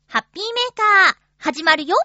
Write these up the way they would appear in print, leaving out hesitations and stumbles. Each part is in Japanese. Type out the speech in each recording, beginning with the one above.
ハッピーメーカー始まるよ。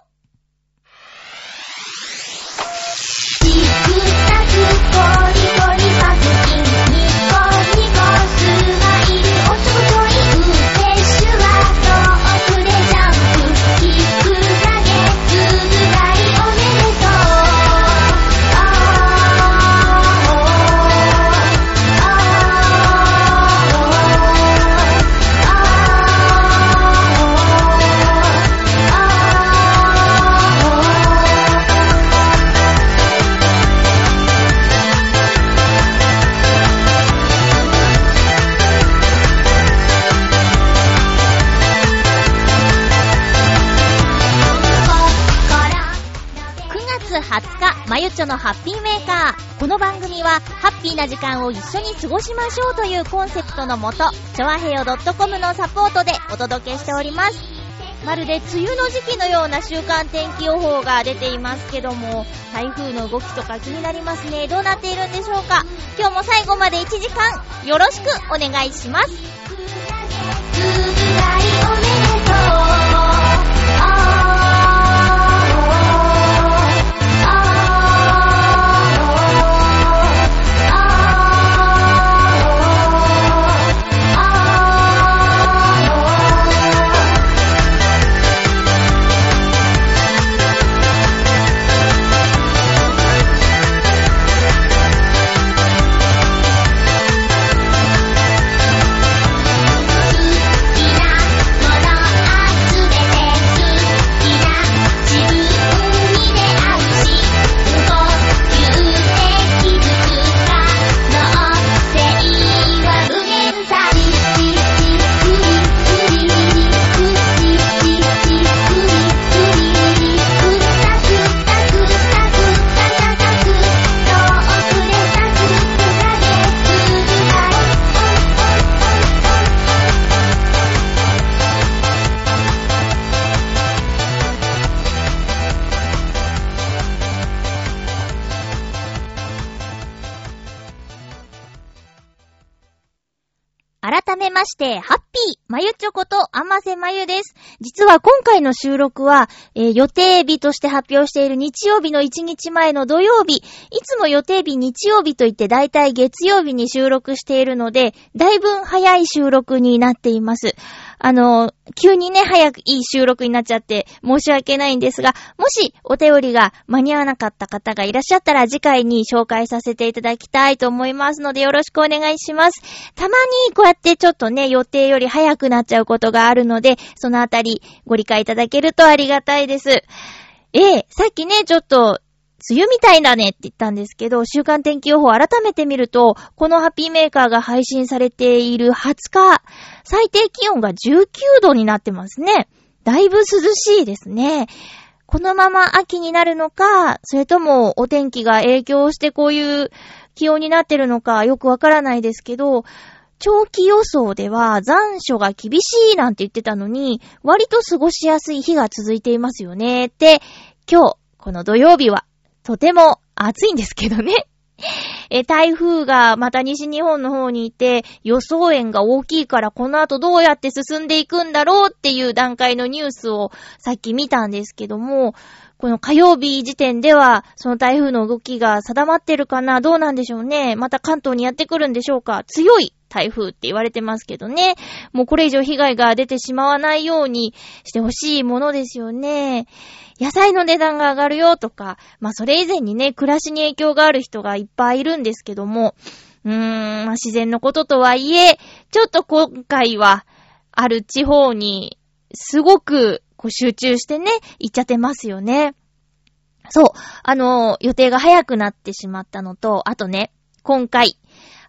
チクタクコリコリパクキンニコニコスマイルおちょこちょいフレッシュは遠くでジャンプキックだけつぶらいおめでとう。20日、まゆちょのハッピーメーカー。この番組はハッピーな時間を一緒に過ごしましょうというコンセプトのもと、ちょわへよ .com のサポートでお届けしております。まるで梅雨の時期のような週間天気予報が出ていますけども、台風の動きとか気になりますね。どうなっているんでしょうか。今日も最後まで1時間よろしくお願いします。改めまして、ハッピーまゆちょことあませまゆです。実は今回の収録は、予定日として発表している日曜日の1日前の土曜日、いつも予定日日曜日といってだいたい月曜日に収録しているので、だいぶ早い収録になっています。急にね、早くいい収録になっちゃって申し訳ないんですが、もしお便りが間に合わなかった方がいらっしゃったら次回に紹介させていただきたいと思いますのでよろしくお願いします。たまにこうやってちょっとね、予定より早くなっちゃうことがあるので、そのあたりご理解いただけるとありがたいです。さっきね、ちょっと梅雨みたいだねって言ったんですけど、週間天気予報改めて見ると、このハッピーメーカーが配信されている20日、最低気温が19度になってますね。だいぶ涼しいですね。このまま秋になるのか、それともお天気が影響してこういう気温になってるのかよくわからないですけど、長期予想では残暑が厳しいなんて言ってたのに、割と過ごしやすい日が続いていますよね。で、今日、この土曜日は、とても暑いんですけどね。台風がまた西日本の方にいて、予想円が大きいからこの後どうやって進んでいくんだろうっていう段階のニュースをさっき見たんですけども、この火曜日時点ではその台風の動きが定まってるかな、どうなんでしょうね。また関東にやってくるんでしょうか。強い台風って言われてますけどね。もうこれ以上被害が出てしまわないようにしてほしいものですよね。野菜の値段が上がるよとか、それ以前にね、暮らしに影響がある人がいっぱいいるんですけども、自然のこととはいえ、ちょっと今回はある地方にすごく集中してね、行っちゃってますよね。そう、予定が早くなってしまったのと、あとね、今回、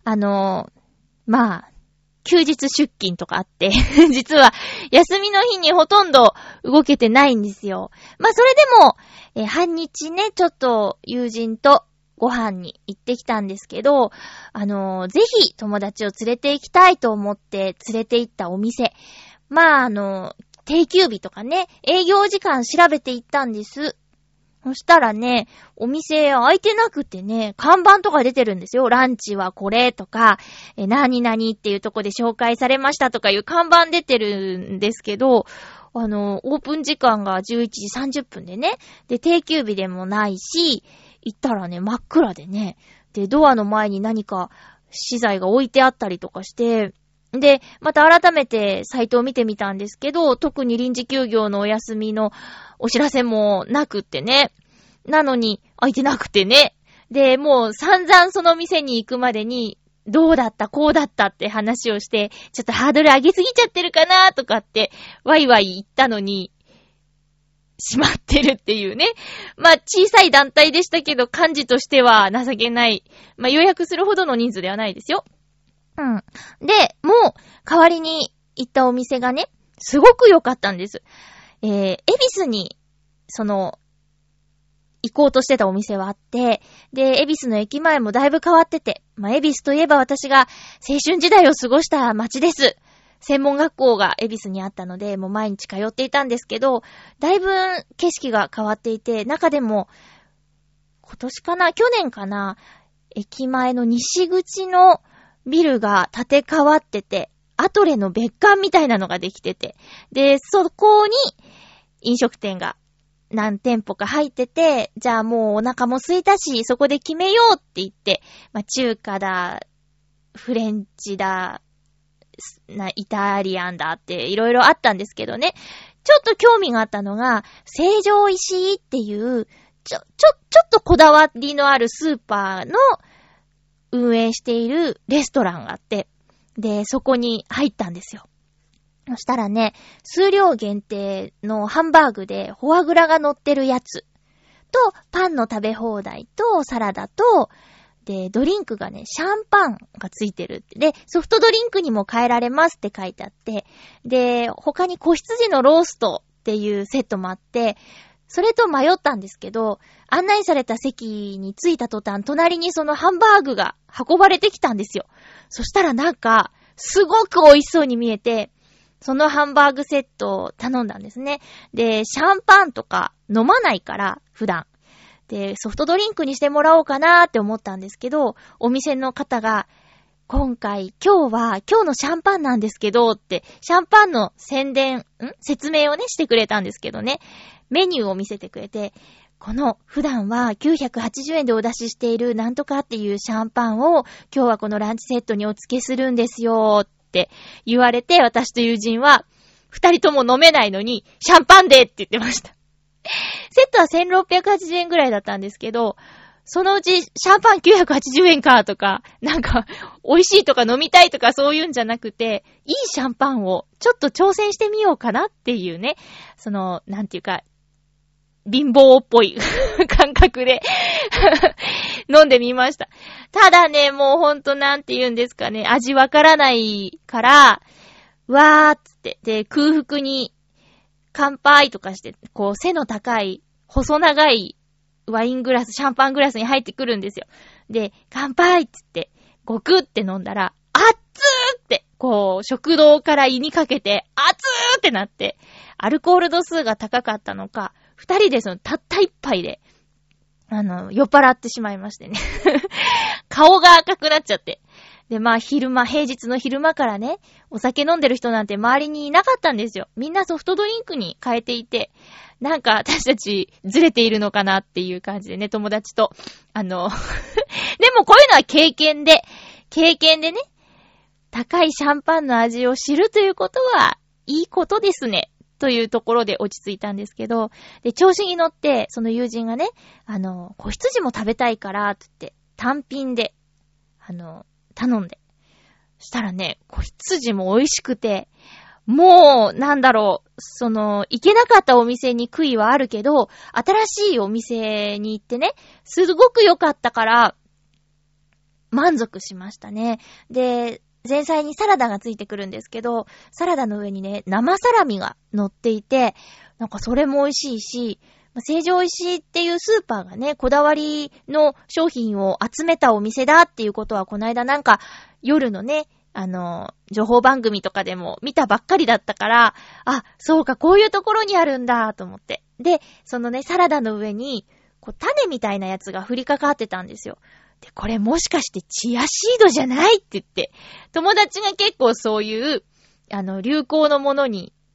休日出勤とかあって、実は休みの日にほとんど動けてないんですよ。それでも、半日ね、ちょっと友人とご飯に行ってきたんですけど、ぜひ友達を連れて行きたいと思って連れて行ったお店。定休日とかね、営業時間調べて行ったんです。そしたらね、お店開いてなくてね、看板とか出てるんですよ。ランチはこれとか、何々っていうとこで紹介されましたとかいう看板出てるんですけど、 オープン時間が11時30分でね。で、定休日でもないし、行ったらね、真っ暗でね。で、ドアの前に何か資材が置いてあったりとかして、で、また改めてサイトを見てみたんですけど、特に臨時休業のお休みのお知らせもなくってね。なのに、開いてなくてね。で、もう散々その店に行くまでに、どうだったこうだったって話をして、ちょっとハードル上げすぎちゃってるかなとかって、ワイワイ言ったのに、閉まってるっていうね。まあ小さい団体でしたけど、幹事としては情けない。まあ予約するほどの人数ではないですよ。うん。で、もう、代わりに行ったお店がね、すごく良かったんです。恵比寿に、行こうとしてたお店はあって、で、恵比寿の駅前もだいぶ変わってて、まあ、恵比寿といえば私が青春時代を過ごした街です。専門学校が恵比寿にあったので、もう毎日通っていたんですけど、だいぶ景色が変わっていて、中でも、去年かな、駅前の西口のビルが建て替わってて、アトレの別館みたいなのができてて、で、そこに飲食店が何店舗か入ってて、じゃあもうお腹も空いたし、そこで決めようって言って、まあ中華だ、フレンチだ、イタリアンだっていろいろあったんですけどね。ちょっと興味があったのが、成城石井っていう、ちょっとこだわりのあるスーパーの運営しているレストランがあって、で、そこに入ったんですよ。そしたらね、数量限定のハンバーグでフォアグラが乗ってるやつと、パンの食べ放題とサラダと、で、ドリンクがね、シャンパンがついてるって。で、ソフトドリンクにも変えられますって書いてあって、で、他に子羊のローストっていうセットもあって、それと迷ったんですけど、案内された席に着いた途端、隣にそのハンバーグが運ばれてきたんですよ。そしたらなんか、すごく美味しそうに見えて、そのハンバーグセットを頼んだんですね。で、シャンパンとか飲まないから、普段。で、ソフトドリンクにしてもらおうかなーって思ったんですけど、お店の方が、今日のシャンパンなんですけど、って、シャンパンの説明をね、してくれたんですけどね、メニューを見せてくれて、この普段は980円でお出ししているなんとかっていうシャンパンを、今日はこのランチセットにお付けするんですよって言われて、私と友人は、二人とも飲めないのに、シャンパンでって言ってました。セットは1680円ぐらいだったんですけど、そのうちシャンパン980円かとか、なんか美味しいとか飲みたいとかそういうんじゃなくて、いいシャンパンをちょっと挑戦してみようかなっていうね、なんていうか、貧乏っぽい感覚で飲んでみました。ただね、もうほんとなんて言うんですかね、味わからないから、わーっつって、で、空腹に乾杯とかして、こう背の高い、細長いワイングラス、シャンパングラスに入ってくるんですよ。で、乾杯って言って、ごくって飲んだら、熱ーって、こう、食道から胃にかけて、熱ーってなって、アルコール度数が高かったのか、二人でたった一杯で、酔っ払ってしまいましてね。顔が赤くなっちゃって。で、まあ平日の昼間からね、お酒飲んでる人なんて周りにいなかったんですよ。みんなソフトドリンクに変えていて、なんか私たちずれているのかなっていう感じでね、友達と。でもこういうのは経験でね、高いシャンパンの味を知るということはいいことですね。というところで落ち着いたんですけど、で、調子に乗って、その友人がね、子羊も食べたいから、つって、単品で、頼んで。そしたらね、子羊も美味しくて、もう、行けなかったお店に悔いはあるけど、新しいお店に行ってね、すごく良かったから、満足しましたね。で、前菜にサラダがついてくるんですけど、サラダの上にね、生サラミが乗っていて、なんかそれも美味しいし、成城石井っていうスーパーがね、こだわりの商品を集めたお店だっていうことは、この間なんか夜のね、情報番組とかでも見たばっかりだったから、あ、そうか、こういうところにあるんだと思って。で、そのね、サラダの上に、種みたいなやつが降りかかってたんですよ。で、これもしかしてチアシードじゃないって言って、友達が結構そういう、流行のものに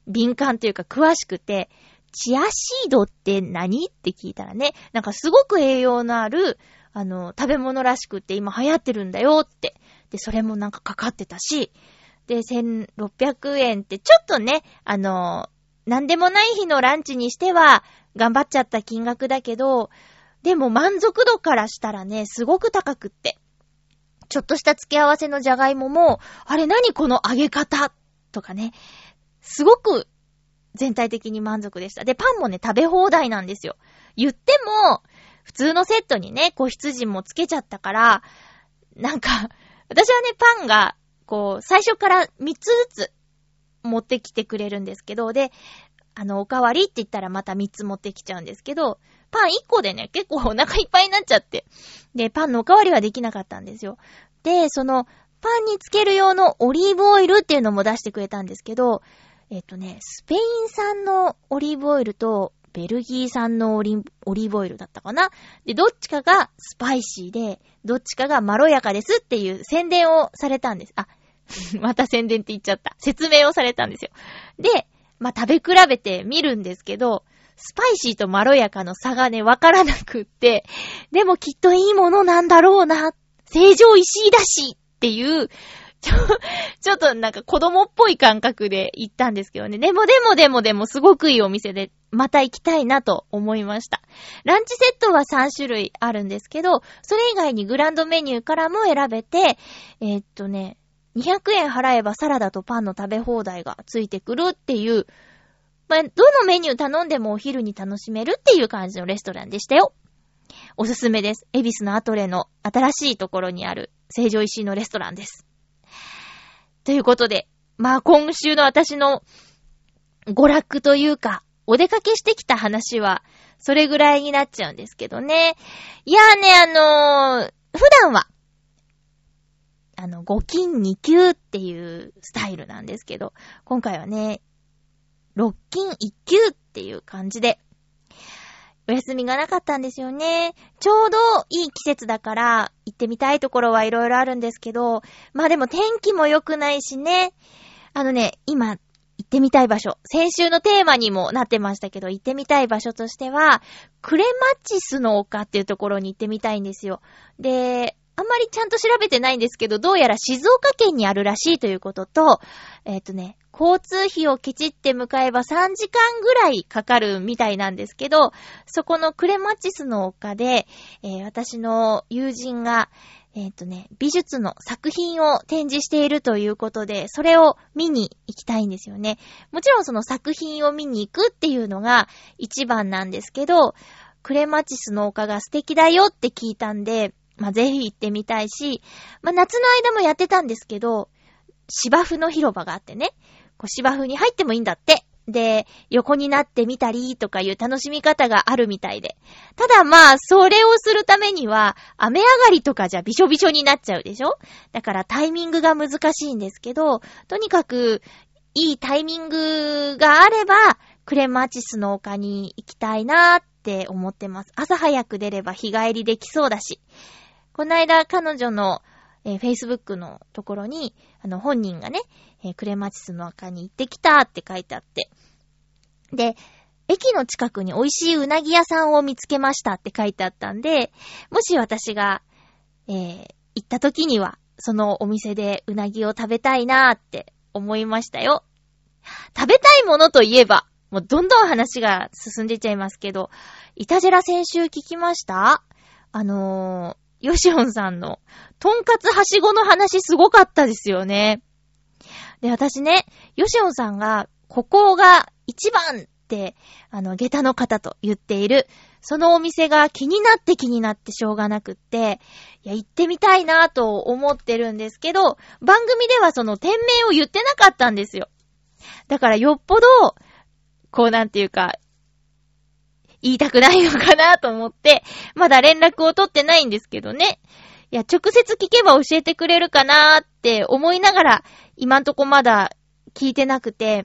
敏感というか詳しくて、チアシードって何って聞いたらね、なんかすごく栄養のある、食べ物らしくって今流行ってるんだよって。で、それもなんかかかってたし、で、1600円ってちょっとね、なんでもない日のランチにしては頑張っちゃった金額だけど、でも満足度からしたらね、すごく高くって。ちょっとした付け合わせのじゃがいもも、あれ何この揚げ方とかね、すごく全体的に満足でした。で、パンもね、食べ放題なんですよ。言っても、普通のセットにね、子羊もつけちゃったから、なんか、私はね、パンが、最初から3つずつ持ってきてくれるんですけど、で、おかわりって言ったらまた3つ持ってきちゃうんですけど、パン1個でね、結構お腹いっぱいになっちゃって。で、パンのおかわりはできなかったんですよ。で、その、パンにつける用のオリーブオイルっていうのも出してくれたんですけど、スペイン産のオリーブオイルと、ベルギー産のオリーブオイルだったかな。で、どっちかがスパイシーで、どっちかがまろやかですっていう宣伝をされたんです。また宣伝って言っちゃった。説明をされたんですよ。で、食べ比べてみるんですけど、スパイシーとまろやかの差がね、わからなくって、でもきっといいものなんだろうな。成城石井だしっていう、ちょっとなんか子供っぽい感覚で行ったんですけどね。でもすごくいいお店で、また行きたいなと思いました。ランチセットは3種類あるんですけど、それ以外にグランドメニューからも選べて、200円払えばサラダとパンの食べ放題がついてくるっていう、どのメニュー頼んでもお昼に楽しめるっていう感じのレストランでしたよ。おすすめです。恵比寿のアトレの新しいところにある成城石井のレストランです。ということで、今週の私の娯楽というか、お出かけしてきた話は、それぐらいになっちゃうんですけどね。いやーね、普段は、5金2級っていうスタイルなんですけど、今回はね、6金1級っていう感じで、お休みがなかったんですよね。ちょうどいい季節だから行ってみたいところはいろいろあるんですけど、でも天気も良くないしね。今行ってみたい場所、先週のテーマにもなってましたけど、行ってみたい場所としては、クレマチスの丘っていうところに行ってみたいんですよ。で、あんまりちゃんと調べてないんですけど、どうやら静岡県にあるらしいということと、交通費をきちって向かえば3時間ぐらいかかるみたいなんですけど、そこのクレマチスの丘で、私の友人が、美術の作品を展示しているということで、それを見に行きたいんですよね。もちろんその作品を見に行くっていうのが一番なんですけど、クレマチスの丘が素敵だよって聞いたんで、ぜひ行ってみたいし、夏の間もやってたんですけど、芝生の広場があってね、芝生に入ってもいいんだって。で、横になってみたりとかいう楽しみ方があるみたいで。ただそれをするためには、雨上がりとかじゃびしょびしょになっちゃうでしょ？だからタイミングが難しいんですけど、とにかく、いいタイミングがあれば、クレマチスの丘に行きたいなって思ってます。朝早く出れば日帰りできそうだし。この間彼女のFacebook のところに、本人がね、クレマチスの丘に行ってきたって書いてあって。で、駅の近くに美味しいうなぎ屋さんを見つけましたって書いてあったんで、もし私が、行った時には、そのお店でうなぎを食べたいなーって思いましたよ。食べたいものといえば、もうどんどん話が進んでいっちゃいますけど、イタジェラ先週聞きました？ヨシオンさんのとんかつはしごの話すごかったですよね。で、私ね、ヨシオンさんがここが一番って下駄の方と言っているそのお店が気になってしょうがなくって、行ってみたいなと思ってるんですけど、番組ではその店名を言ってなかったんですよ。だからよっぽどなんていうか言いたくないのかなと思って、まだ連絡を取ってないんですけどね。直接聞けば教えてくれるかなーって思いながら、今んとこまだ聞いてなくて、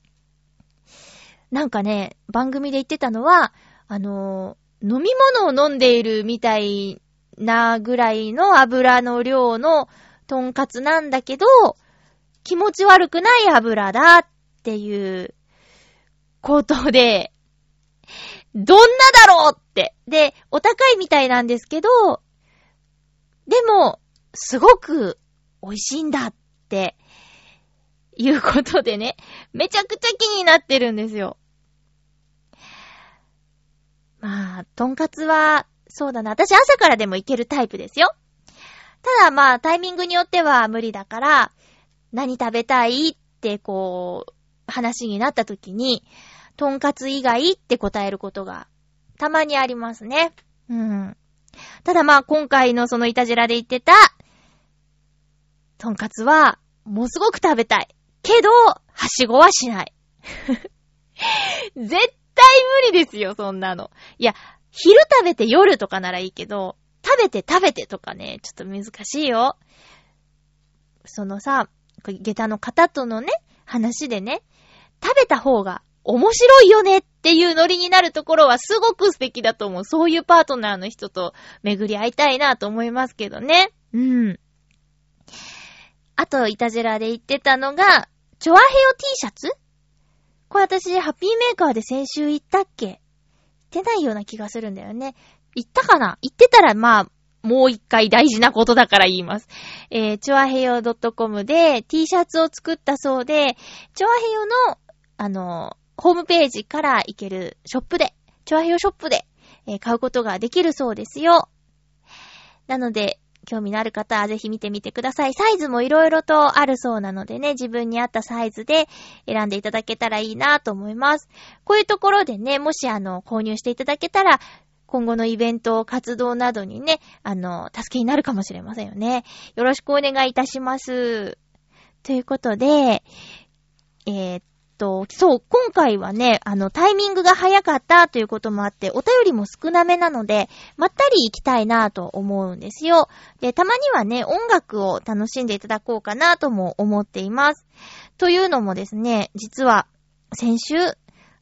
なんかね、番組で言ってたのは、飲み物を飲んでいるみたいなぐらいの油の量のとんかつなんだけど、気持ち悪くない油だっていうことで、どんなだろうって。で、お高いみたいなんですけど、でも、すごく美味しいんだっていうことでね、めちゃくちゃ気になってるんですよ。まあ、とんかつは、そうだな。私朝からでもいけるタイプですよ。ただまあ、タイミングによっては無理だから、何食べたいってこう、話になった時に、とんかつ以外って答えることがたまにありますね。うん。ただまあ、今回のそのイタジラで言ってた、とんかつは、もうすごく食べたい。けど、はしごはしない。絶対無理ですよ、そんなの。いや、昼食べて夜とかならいいけど、食べてとかね、ちょっと難しいよ。そのさ、下駄の方とのね、話でね、食べた方が面白いよねっていうノリになるところはすごく素敵だと思う。そういうパートナーの人と巡り合いたいなと思いますけどね。うん。あと、イタジェラで言ってたのが、チョアヘヨ T シャツ？これ私、ハッピーメーカーで先週言ったっけ？言ってないような気がするんだよね。言ったかな？言ってたら、まあ、もう一回大事なことだから言います。チョアヘヨ .com で T シャツを作ったそうで、チョアヘヨの、ホームページから行けるショップで、チョアヘヨショップで、買うことができるそうですよ。なので、興味のある方はぜひ見てみてください。サイズもいろいろとあるそうなのでね、自分に合ったサイズで選んでいただけたらいいなと思います。こういうところでね、もし購入していただけたら、今後のイベント、活動などにね、助けになるかもしれませんよね。よろしくお願いいたします。ということで、そう、今回はね、タイミングが早かったということもあって、お便りも少なめなので、まったり行きたいなと思うんですよ。で、たまにはね、音楽を楽しんでいただこうかなとも思っています。というのもですね、実は、先週、ラ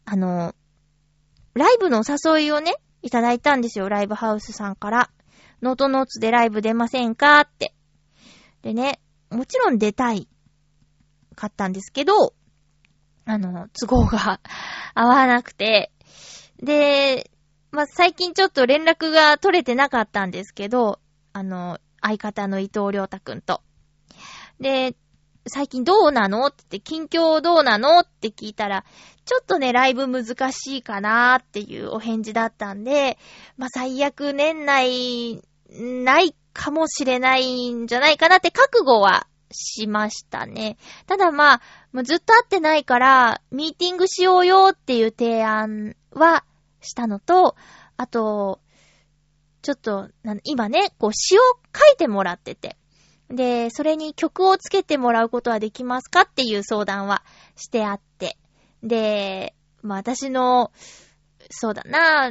イブのお誘いをね、いただいたんですよ、ライブハウスさんから。ノートノーツでライブ出ませんかって。でね、もちろん出たいかったんですけど、都合が合わなくて。で、まあ、最近ちょっと連絡が取れてなかったんですけど、相方の伊藤亮太くんと。で、最近どうなのって言って、近況どうなのって聞いたら、ちょっとね、ライブ難しいかなっていうお返事だったんで、まあ、最悪年内、ないかもしれないんじゃないかなって覚悟はしましたね。ただまあ、ずっと会ってないから、ミーティングしようよっていう提案はしたのと、あと、ちょっと、今ね、こう詩を書いてもらってて、で、それに曲をつけてもらうことはできますかっていう相談はしてあって、で、まあ私の、そうだな、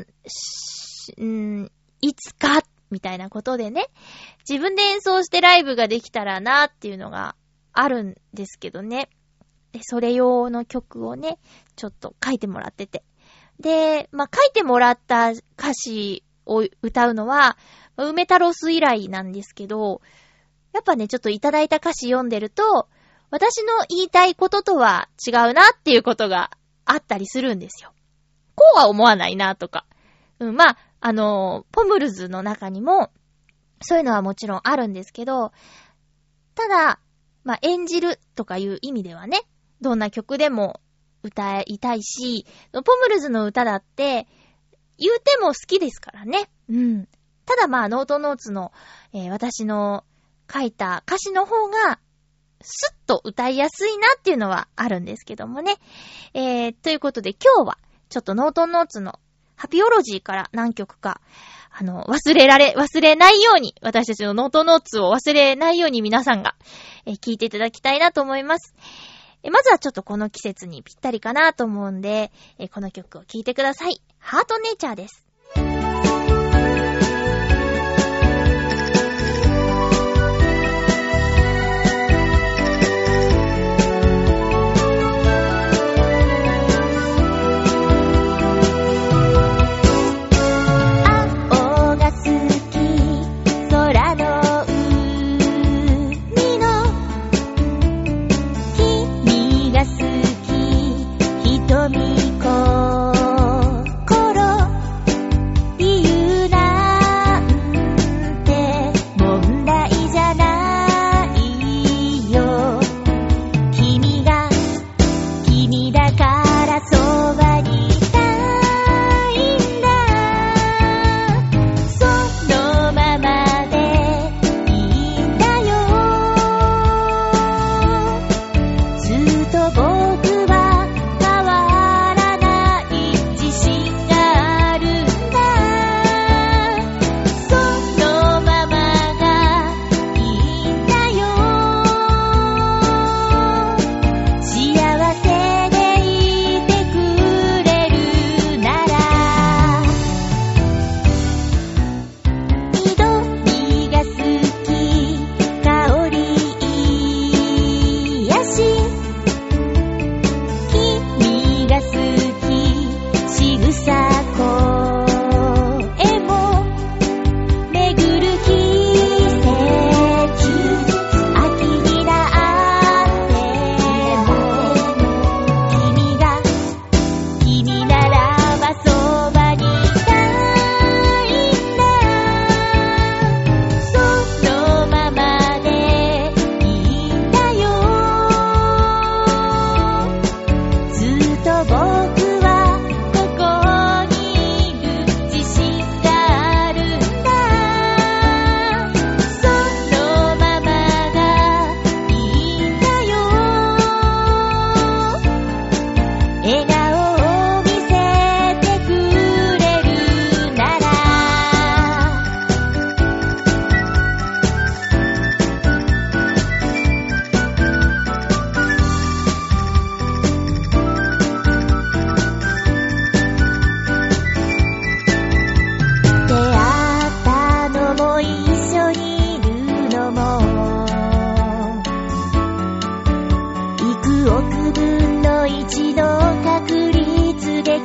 いつか、みたいなことでね、自分で演奏してライブができたらなっていうのがあるんですけどね。で、それ用の曲をね、ちょっと書いてもらってて。で、まあ、書いてもらった歌詞を歌うのは、梅太郎ス以来なんですけど、やっぱね、ちょっといただいた歌詞読んでると、私の言いたいこととは違うなっていうことがあったりするんですよ。こうは思わないなとか。まあ、ポムルズの中にも、そういうのはもちろんあるんですけど、ただ、まあ、演じるとかいう意味ではね、どんな曲でも歌いたいし、ポムルズの歌だって、言うても好きですからね。うん。ただまあ、ノートノーツの、私の書いた歌詞の方が、スッと歌いやすいなっていうのはあるんですけどもね。ということで今日は、ちょっとノートノーツのハピオロジーから何曲か、忘れないように、私たちのノートノーツを忘れないように皆さんが、聞いていただきたいなと思います。まずはちょっとこの季節にぴったりかなと思うんで、この曲を聴いてください。ハートネイチャーです。 瞳こ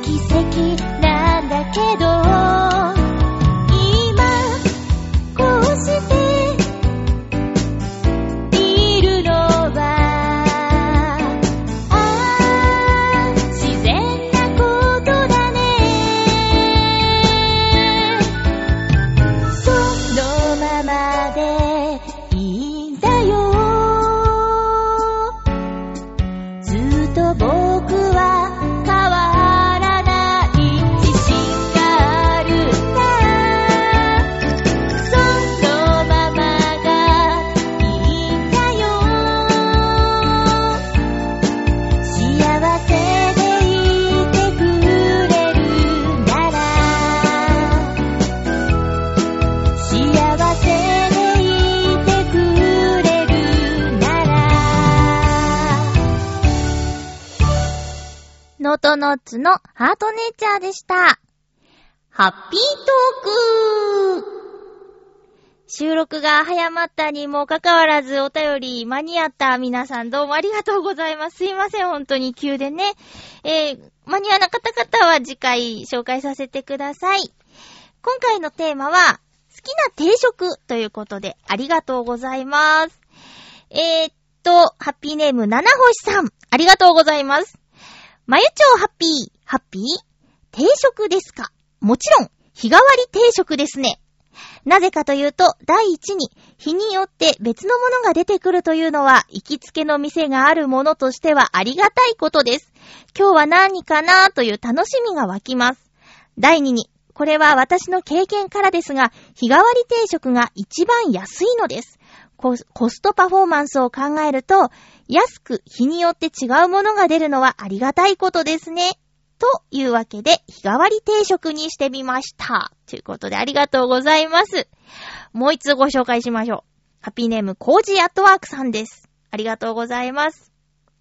奇跡なんだけど、今こうしているのは自然なことだね。そのままでいいんだよ。ずっと僕は変わらない自信があるんだ。そのままがいいんだよ。幸せでいてくれるなら、幸せでいてくれるなら。ノートノッツのハートネイチャーでした。ハッピートーク。収録が早まったにもかかわらずお便り間に合った皆さんどうもありがとうございます。すいません、本当に急でね。間に合わなかった方は次回紹介させてください。今回のテーマは好きな定食ということでありがとうございます。ハッピーネーム七星さん、ありがとうございます。まゆちょうハッピー、ハッピー定食ですか？もちろん、日替わり定食ですね。なぜかというと、第一に、日によって別のものが出てくるというのは、行きつけの店があるものとしてはありがたいことです。今日は何かなという楽しみが湧きます。第二に、これは私の経験からですが、日替わり定食が一番安いのです。コストパフォーマンスを考えると、安く日によって違うものが出るのはありがたいことですね。というわけで、日替わり定食にしてみました。ということでありがとうございます。もう一つご紹介しましょう。ハッピーネームコージーアットワークさんです。ありがとうございます。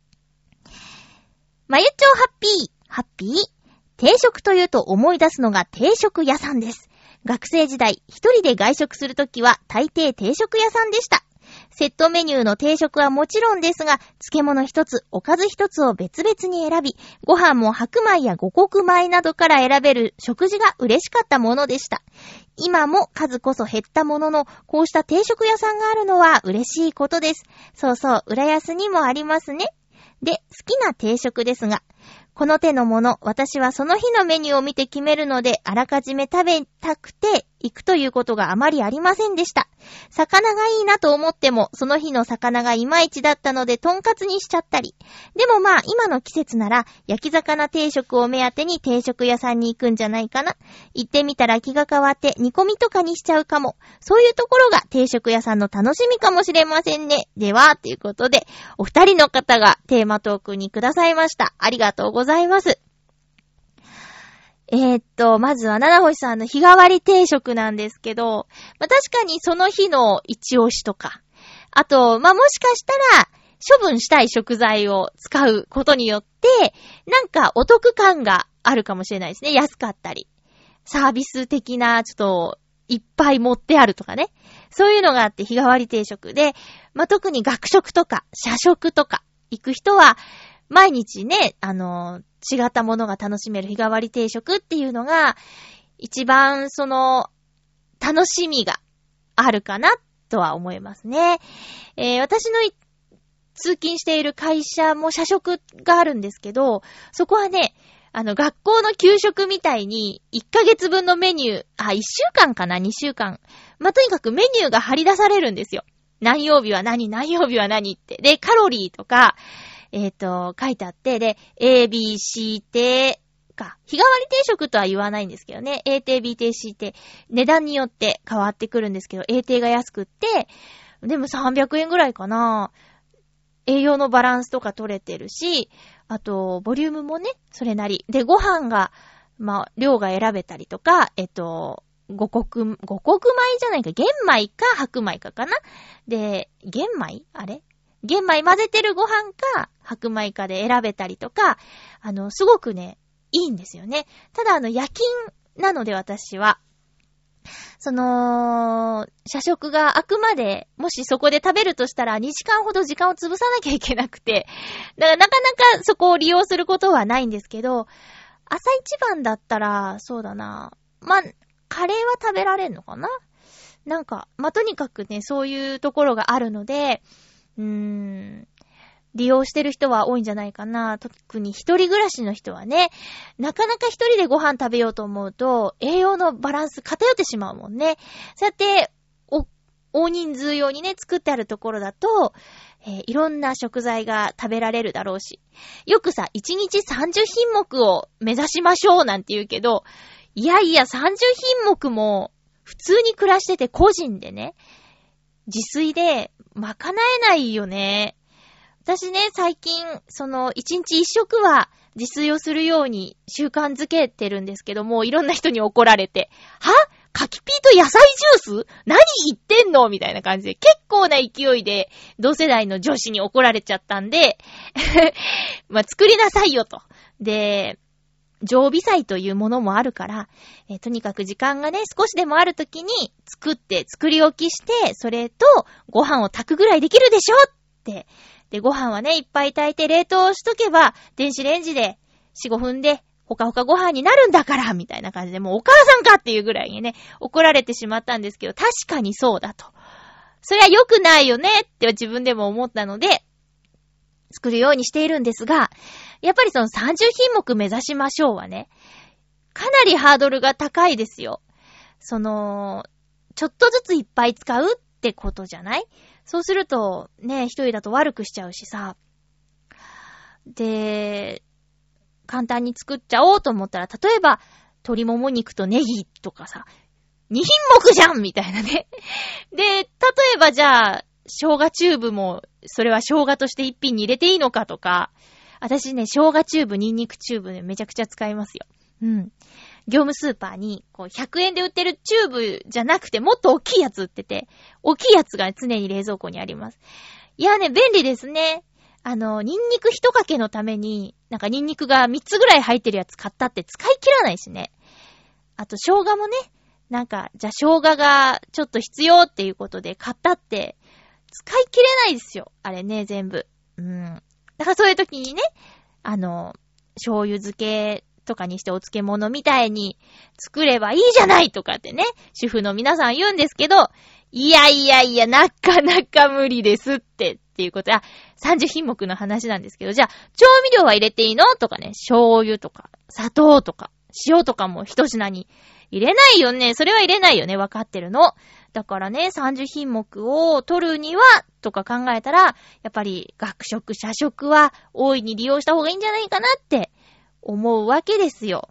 まゆちょうハッピー、ハッピー。定食というと思い出すのが定食屋さんです。学生時代、一人で外食するときは大抵定食屋さんでした。セットメニューの定食はもちろんですが、漬物一つ、おかず一つを別々に選び、ご飯も白米や五穀米などから選べる食事が嬉しかったものでした。今も数こそ減ったものの、こうした定食屋さんがあるのは嬉しいことです。そうそう、浦安にもありますね。で、好きな定食ですが、この手のもの、私はその日のメニューを見て決めるので、あらかじめ食べたくて行くということがあまりありませんでした。魚がいいなと思っても、その日の魚がいまいちだったので、とんかつにしちゃったり。でもまあ、今の季節なら、焼き魚定食を目当てに定食屋さんに行くんじゃないかな。行ってみたら気が変わって、煮込みとかにしちゃうかも。そういうところが定食屋さんの楽しみかもしれませんね。では、ということで、お二人の方がテーマトークにくださいました。ありがとうございます。まずは七星さんの日替わり定食なんですけど、確かにその日の一押しとか、あと、もしかしたら、処分したい食材を使うことによって、なんかお得感があるかもしれないですね。安かったり。サービス的な、ちょっと、いっぱい持ってあるとかね。そういうのがあって日替わり定食で、特に学食とか、社食とか、行く人は、毎日ね、違ったものが楽しめる日替わり定食っていうのが、一番楽しみがあるかなとは思いますね。私の通勤している会社も社食があるんですけど、そこはね、学校の給食みたいに1ヶ月分のメニュー、1週間かな ?2 週間。とにかくメニューが張り出されるんですよ。何曜日は何、何曜日は何って。で、カロリーとか、書いてあって、で、A、B、C 定か。日替わり定食とは言わないんですけどね。A 定、B 定、C 定。値段によって変わってくるんですけど、A 定が安くって、でも300円ぐらいかな。栄養のバランスとか取れてるし、あと、ボリュームもね、それなり。で、ご飯が、量が選べたりとか、五穀米じゃないか、玄米か白米かかな。で、玄米玄米混ぜてるご飯か白米かで選べたりとか、すごくね、いいんですよね。ただ夜勤なので私は、社食があくまで、もしそこで食べるとしたら2時間ほど時間を潰さなきゃいけなくて、だからなかなかそこを利用することはないんですけど、 朝一番だったら、そうだな。まあ、カレーは食べられんのかな？なんか、まあ、とにかくね、そういうところがあるので、利用してる人は多いんじゃないかな。特に一人暮らしの人はね、なかなか一人でご飯食べようと思うと、栄養のバランス偏ってしまうもんね。そうやって、大人数用にね、作ってあるところだと、いろんな食材が食べられるだろうし。よくさ、1日30品目を目指しましょうなんて言うけど、いやいや30品目も普通に暮らしてて個人でね、自炊で賄えないよね。私ね、最近、1日1食は自炊をするように習慣づけてるんですけども、いろんな人に怒られて、は？柿ピーと野菜ジュース？何言ってんの？みたいな感じで、結構な勢いで同世代の女子に怒られちゃったんで、まあ、作りなさいよと。で、常備菜というものもあるから、とにかく時間がね、少しでもあるときに作り置きして、それとご飯を炊くぐらいできるでしょって。で、ご飯はね、いっぱい炊いて冷凍しとけば、電子レンジで4、5分でほかほかご飯になるんだから、みたいな感じで、もうお母さんかっていうぐらいにね、怒られてしまったんですけど、確かにそうだと。それは良くないよねって自分でも思ったので、作るようにしているんですが、やっぱりその30品目目指しましょうはね、かなりハードルが高いですよ。ちょっとずついっぱい使うってことじゃない？そうすると、ね、一人だと悪くしちゃうしさ。で、簡単に作っちゃおうと思ったら、例えば、鶏もも肉とネギとかさ、2品目じゃんみたいなね。で、例えばじゃあ、生姜チューブも、それは生姜として一品に入れていいのかとか、私ね、生姜チューブ、ニンニクチューブね、めちゃくちゃ使いますよ。うん。業務スーパーに、100円で売ってるチューブじゃなくて、もっと大きいやつ売ってて、大きいやつが常に冷蔵庫にあります。いやね、便利ですね。ニンニク一かけのために、なんかニンニクが3つぐらい入ってるやつ買ったって使い切らないしね。あと生姜もね、なんか、じゃあ生姜がちょっと必要っていうことで買ったって、使い切れないですよ。あれね、全部。だからそういう時にね、醤油漬けとかにしてお漬物みたいに作ればいいじゃないとかってね、主婦の皆さん言うんですけど、いや、なかなか無理ですっていうことで、30品目の話なんですけど、じゃあ、調味料は入れていいのとかね、醤油とか、砂糖とか、塩とかも一品に入れないよね。それは入れないよね。わかってるの。だからね、30品目を取るには、とか考えたら、やっぱり学食、社食は大いに利用した方がいいんじゃないかなって思うわけですよ。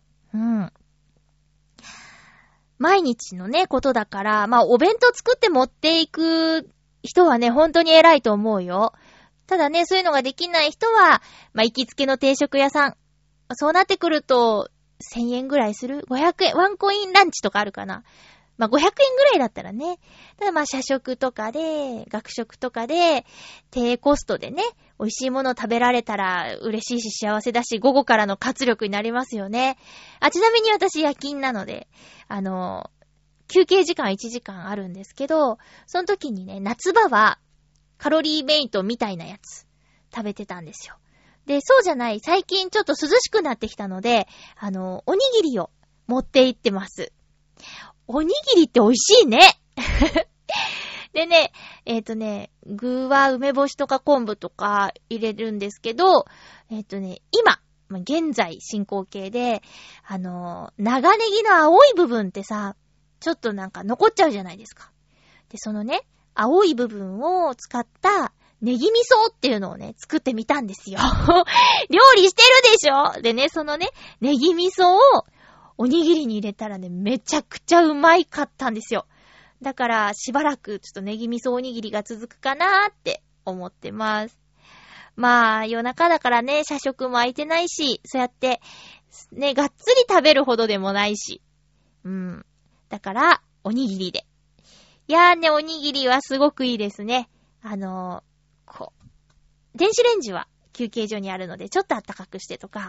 毎日のね、ことだから、まあ、お弁当作って持っていく人はね、本当に偉いと思うよ。ただね、そういうのができない人は、まあ、行きつけの定食屋さん。そうなってくると、1000円ぐらいする ?500 円。ワンコインランチとかあるかな。まあ、500円ぐらいだったらね。ただまあ、社食とかで、学食とかで、低コストでね、美味しいもの食べられたら嬉しいし幸せだし、午後からの活力になりますよね。ちなみに私夜勤なので、休憩時間1時間あるんですけど、その時にね、夏場はカロリーメイトみたいなやつ食べてたんですよ。で、そうじゃない、最近ちょっと涼しくなってきたので、おにぎりを持って行ってます。おにぎりって美味しいね。でね、具は梅干しとか昆布とか入れるんですけど、今、現在進行形で、長ネギの青い部分ってさ、ちょっとなんか残っちゃうじゃないですか。で、そのね、青い部分を使ったネギ味噌っていうのをね、作ってみたんですよ。料理してるでしょ？でね、そのね、ネギ味噌をおにぎりに入れたらね、めちゃくちゃうまいかったんですよ。だからしばらくちょっとネギ味噌おにぎりが続くかなーって思ってます。まあ夜中だからね、社食も空いてないし、そうやってね、がっつり食べるほどでもないし。だからおにぎりで。いやーね、おにぎりはすごくいいですね。電子レンジは休憩所にあるのでちょっと暖かくしてとか。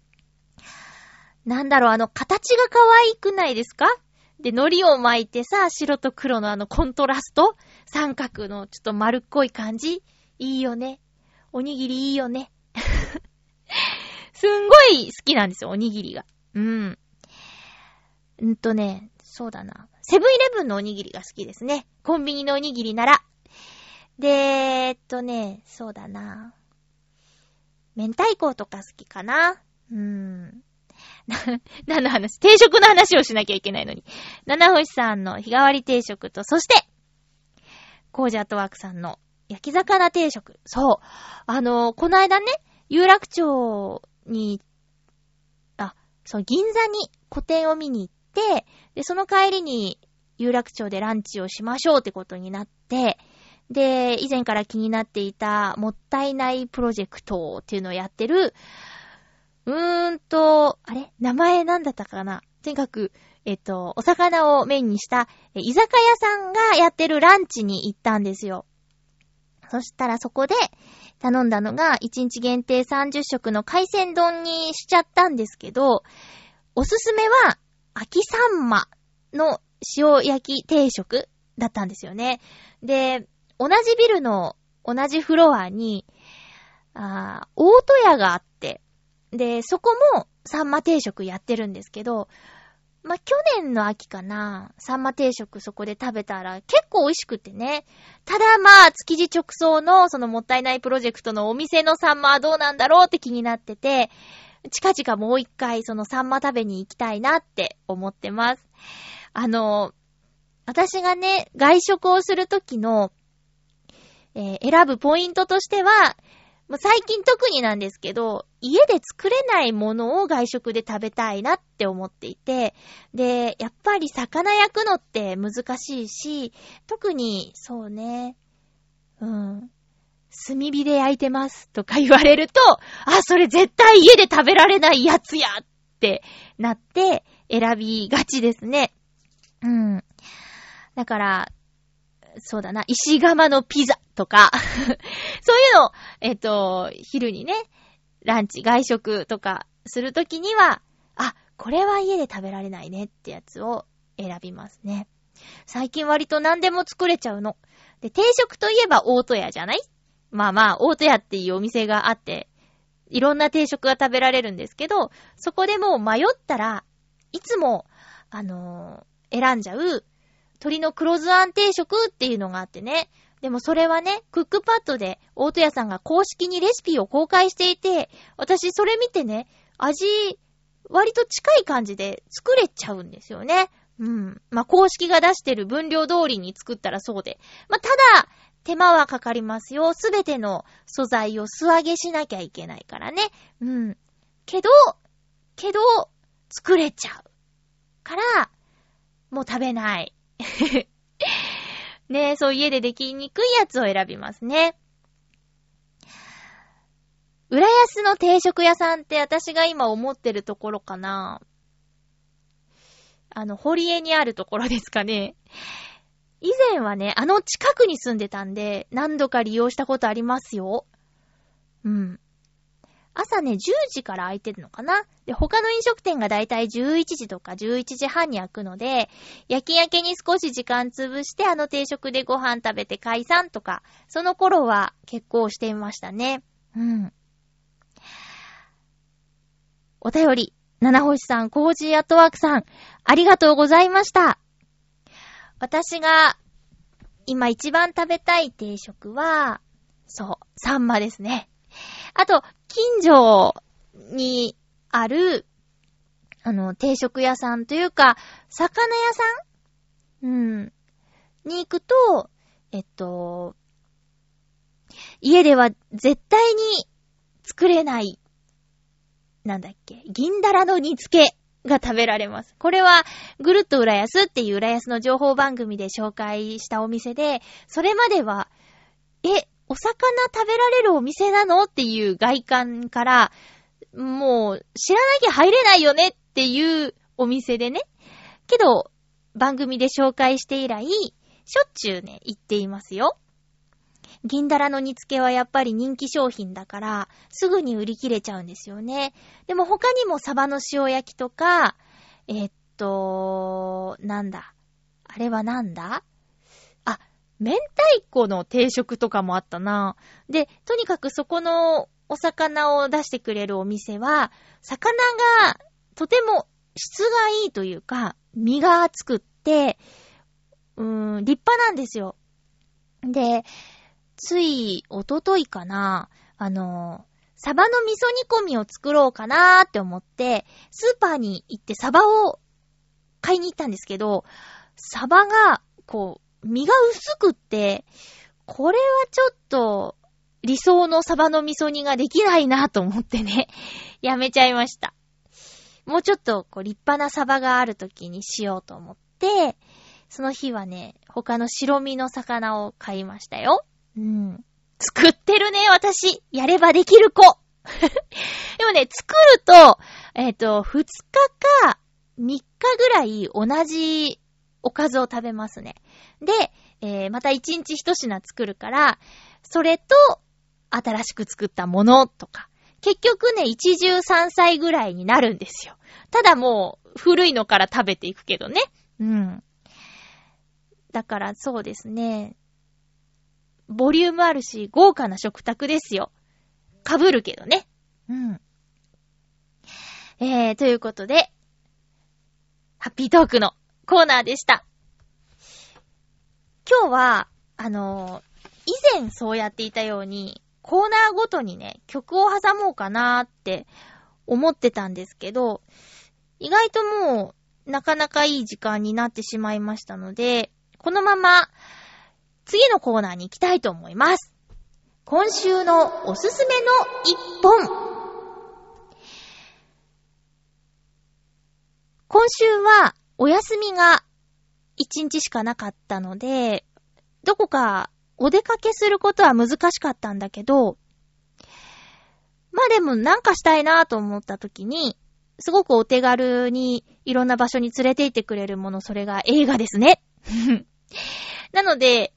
なんだろう、形が可愛くないですか？で、海苔を巻いてさ、白と黒のコントラスト？三角のちょっと丸っこい感じ？いいよね。おにぎりいいよね。 すんごい好きなんですよ、おにぎりが。そうだな。セブンイレブンのおにぎりが好きですね。コンビニのおにぎりなら。で、そうだな。明太子とか好きかな。何の話？定食の話をしなきゃいけないのに。七星さんの日替わり定食と、そして、コージアットワークさんの焼き魚定食。そう。この間ね、有楽町に、銀座に個展を見に行って、で、その帰りに有楽町でランチをしましょうってことになって、で、以前から気になっていたもったいないプロジェクトっていうのをやってる、名前なんだったかな？とにかく、お魚をメインにした居酒屋さんがやってるランチに行ったんですよ。そしたらそこで頼んだのが1日限定30食の海鮮丼にしちゃったんですけど、おすすめは秋サンマの塩焼き定食だったんですよね。で、同じビルの同じフロアに大戸屋があって、で、そこもサンマ定食やってるんですけど、去年の秋かな、サンマ定食そこで食べたら結構美味しくてね。ただ築地直送のそのもったいないプロジェクトのお店のサンマはどうなんだろうって気になってて、近々もう一回そのサンマ食べに行きたいなって思ってます。私がね、外食をするときの、選ぶポイントとしては、最近特になんですけど、家で作れないものを外食で食べたいなって思っていて、で、やっぱり魚焼くのって難しいし、特にそうね、炭火で焼いてますとか言われると、それ絶対家で食べられないやつやってなって選びがちですね。だから、そうだな、石窯のピザとか、そういうのを、昼にね、ランチ、外食とかするときには、これは家で食べられないねってやつを選びますね。最近割と何でも作れちゃうの。で、定食といえば大戸屋じゃない？大戸屋っていうお店があって、いろんな定食が食べられるんですけど、そこでもう迷ったら、いつも、選んじゃう、鶏の黒酢あん定食っていうのがあってね。でもそれはね、クックパッドで大戸屋さんが公式にレシピを公開していて、私それ見てね、味割と近い感じで作れちゃうんですよね。公式が出してる分量通りに作ったらそうで。ただ、手間はかかりますよ。すべての素材を素揚げしなきゃいけないからね。けど、作れちゃう。から、もう食べない。ねえ、そう家でできにくいやつを選びますね。浦安の定食屋さんって私が今思ってるところかな。堀江にあるところですかね。以前はね、近くに住んでたんで、何度か利用したことありますよ。朝ね、10時から空いてるのかな。で、他の飲食店がだいたい11時とか11時半に開くので、夜勤明けに少し時間潰して定食でご飯食べて解散とか、その頃は結構していましたね。お便り、七星さん、コージーアットワークさん、ありがとうございました。私が今一番食べたい定食は、サンマですね。あと、近所にある、定食屋さんというか、魚屋さんに行くと、家では絶対に作れない、銀だらの煮付けが食べられます。これは、ぐるっと浦安っていう浦安の情報番組で紹介したお店で、それまでは、お魚食べられるお店なのっていう外観から、もう知らなきゃ入れないよねっていうお店でね。けど、番組で紹介して以来、しょっちゅうね、行っていますよ。銀だらの煮付けはやっぱり人気商品だから、すぐに売り切れちゃうんですよね。でも他にもサバの塩焼きとか、あれはなんだ？明太子の定食とかもあったな。で、とにかくそこのおお魚を出してくれるお店は、魚がとても質がいいというか、身が厚くって、立派なんですよ。で、つい、一昨日かな、サバの味噌煮込みを作ろうかなーって思って、スーパーに行ってサバを買いに行ったんですけど、サバが、身が薄くって、これはちょっと、理想のサバの味噌煮ができないなと思ってね、やめちゃいました。もうちょっと、立派なサバがある時にしようと思って、その日はね、他の白身の魚を買いましたよ。作ってるね、私。やればできる子。でもね、作ると、2日か3日ぐらい同じおかずを食べますね。で、また1日1品作るから、それと新しく作ったものとか、結局ね、一汁三菜ぐらいになるんですよ。ただもう、古いのから食べていくけどね。だからそうですね。ボリュームあるし、豪華な食卓ですよ。被るけどね。ということで、ハッピートークのコーナーでした。今日は、以前そうやっていたように、コーナーごとにね、曲を挟もうかなーって思ってたんですけど、意外ともう、なかなかいい時間になってしまいましたので、このまま、次のコーナーに行きたいと思います。今週のおすすめの一本。今週はお休みが1日しかなかったので、どこかお出かけすることは難しかったんだけど、まあでもなんかしたいなと思った時に、すごくお手軽にいろんな場所に連れて行ってくれるもの、それが映画ですね。なので、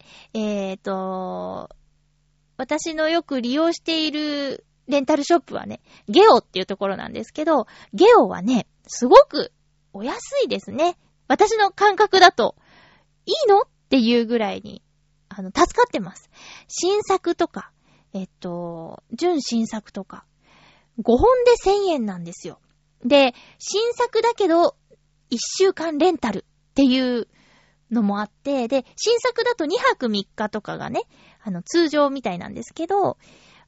私のよく利用しているレンタルショップはね、ゲオっていうところなんですけど、ゲオはね、すごくお安いですね。私の感覚だと、いいのっていうぐらいに、助かってます。新作とか、純新作とか、5本で1000円なんですよ。で、新作だけど、1週間レンタルっていうのもあって、で、新作だと2泊3日とかがね、通常みたいなんですけど、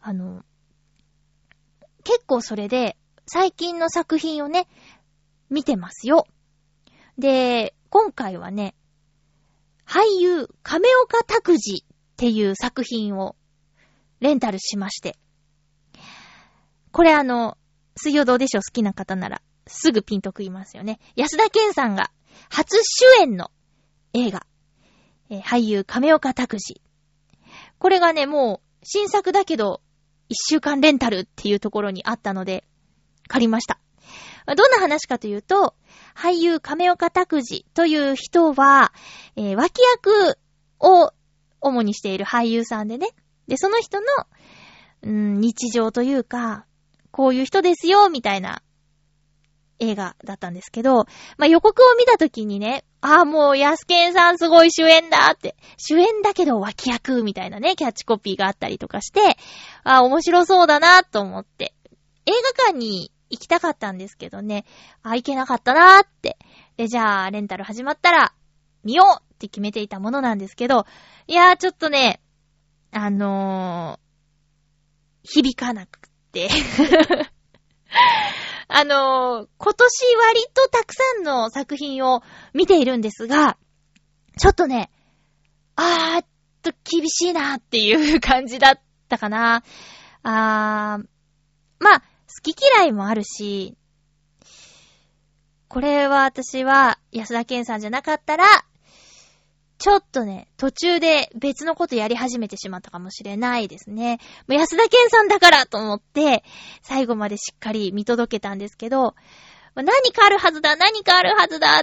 結構それで、最近の作品をね、見てますよ。で、今回はね、俳優、亀岡拓司っていう作品をレンタルしまして。これ水曜どうでしょう好きな方なら、すぐピンとくいますよね。安田顕さんが初主演の映画、俳優亀岡拓司。これがね、もう新作だけど1週間レンタルっていうところにあったので借りました。どんな話かというと、俳優亀岡拓司という人は、脇役を主にしている俳優さんでね。で、その人の、日常というか、こういう人ですよみたいな映画だったんですけど、予告を見たときにね、もう安健さんすごい主演だって、主演だけど脇役みたいなね、キャッチコピーがあったりとかして、面白そうだなと思って、映画館に行きたかったんですけどね、行けなかったなーって。で、じゃあ、レンタル始まったら、見ようって決めていたものなんですけど、いやーちょっとね、響かなくて。今年割とたくさんの作品を見ているんですが、ちょっとね、厳しいなっていう感じだったかな。好き嫌いもあるし、これは私は安田顕さんじゃなかったら、ちょっとね、途中で別のことやり始めてしまったかもしれないですね。もう安田顕さんだからと思って、最後までしっかり見届けたんですけど、何かあるはずだって、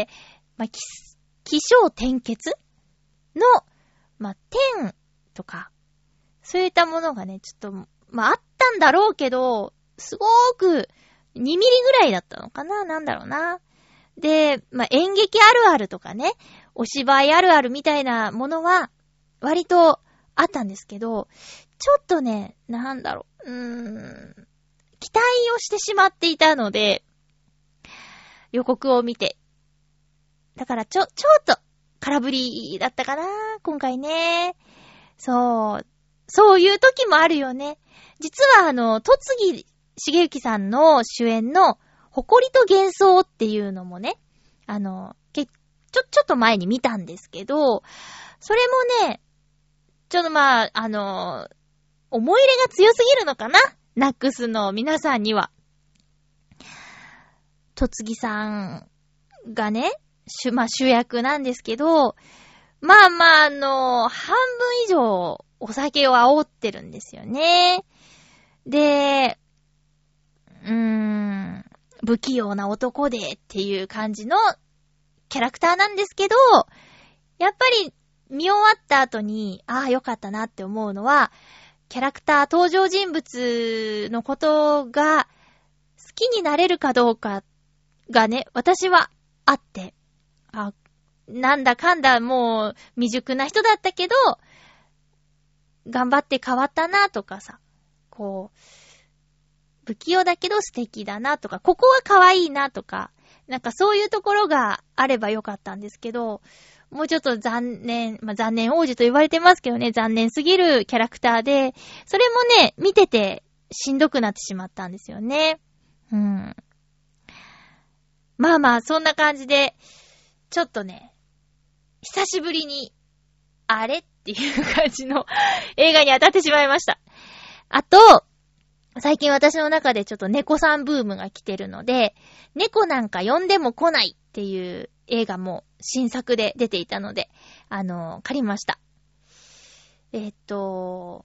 起承転結の、点とか、そういったものがね、ちょっと、あったんだろうけど、すごーく2ミリぐらいだったのかな、なんだろうな。で、演劇あるあるとかね、お芝居あるあるみたいなものは割とあったんですけど、 ちょっとね、期待をしてしまっていたので、予告を見て。だからちょっと空振りだったかな、今回ね。そういう時もあるよね。実は戸次重幸さんの主演の誇りと幻想っていうのもね、ちょっと前に見たんですけど、それもね、ちょっと思い入れが強すぎるのかな？ナックスの皆さんには。戸次さんがね、主役なんですけど、半分以上お酒を煽ってるんですよね。で、不器用な男でっていう感じのキャラクターなんですけど、やっぱり見終わった後に、よかったなって思うのは、キャラクター登場人物のことが好きになれるかどうかがね、私はあって、なんだかんだもう未熟な人だったけど、頑張って変わったなとかさ、不器用だけど素敵だなとか、ここは可愛いなとか、なんかそういうところがあればよかったんですけど、もうちょっと残念王子と言われてますけどね、残念すぎるキャラクターで、それもね、見ててしんどくなってしまったんですよね。そんな感じで、ちょっとね、久しぶりに、あれっていう感じの映画に当たってしまいました。あと、最近私の中でちょっと猫さんブームが来てるので、猫なんか呼んでも来ないっていう映画も新作で出ていたので、借りました。猫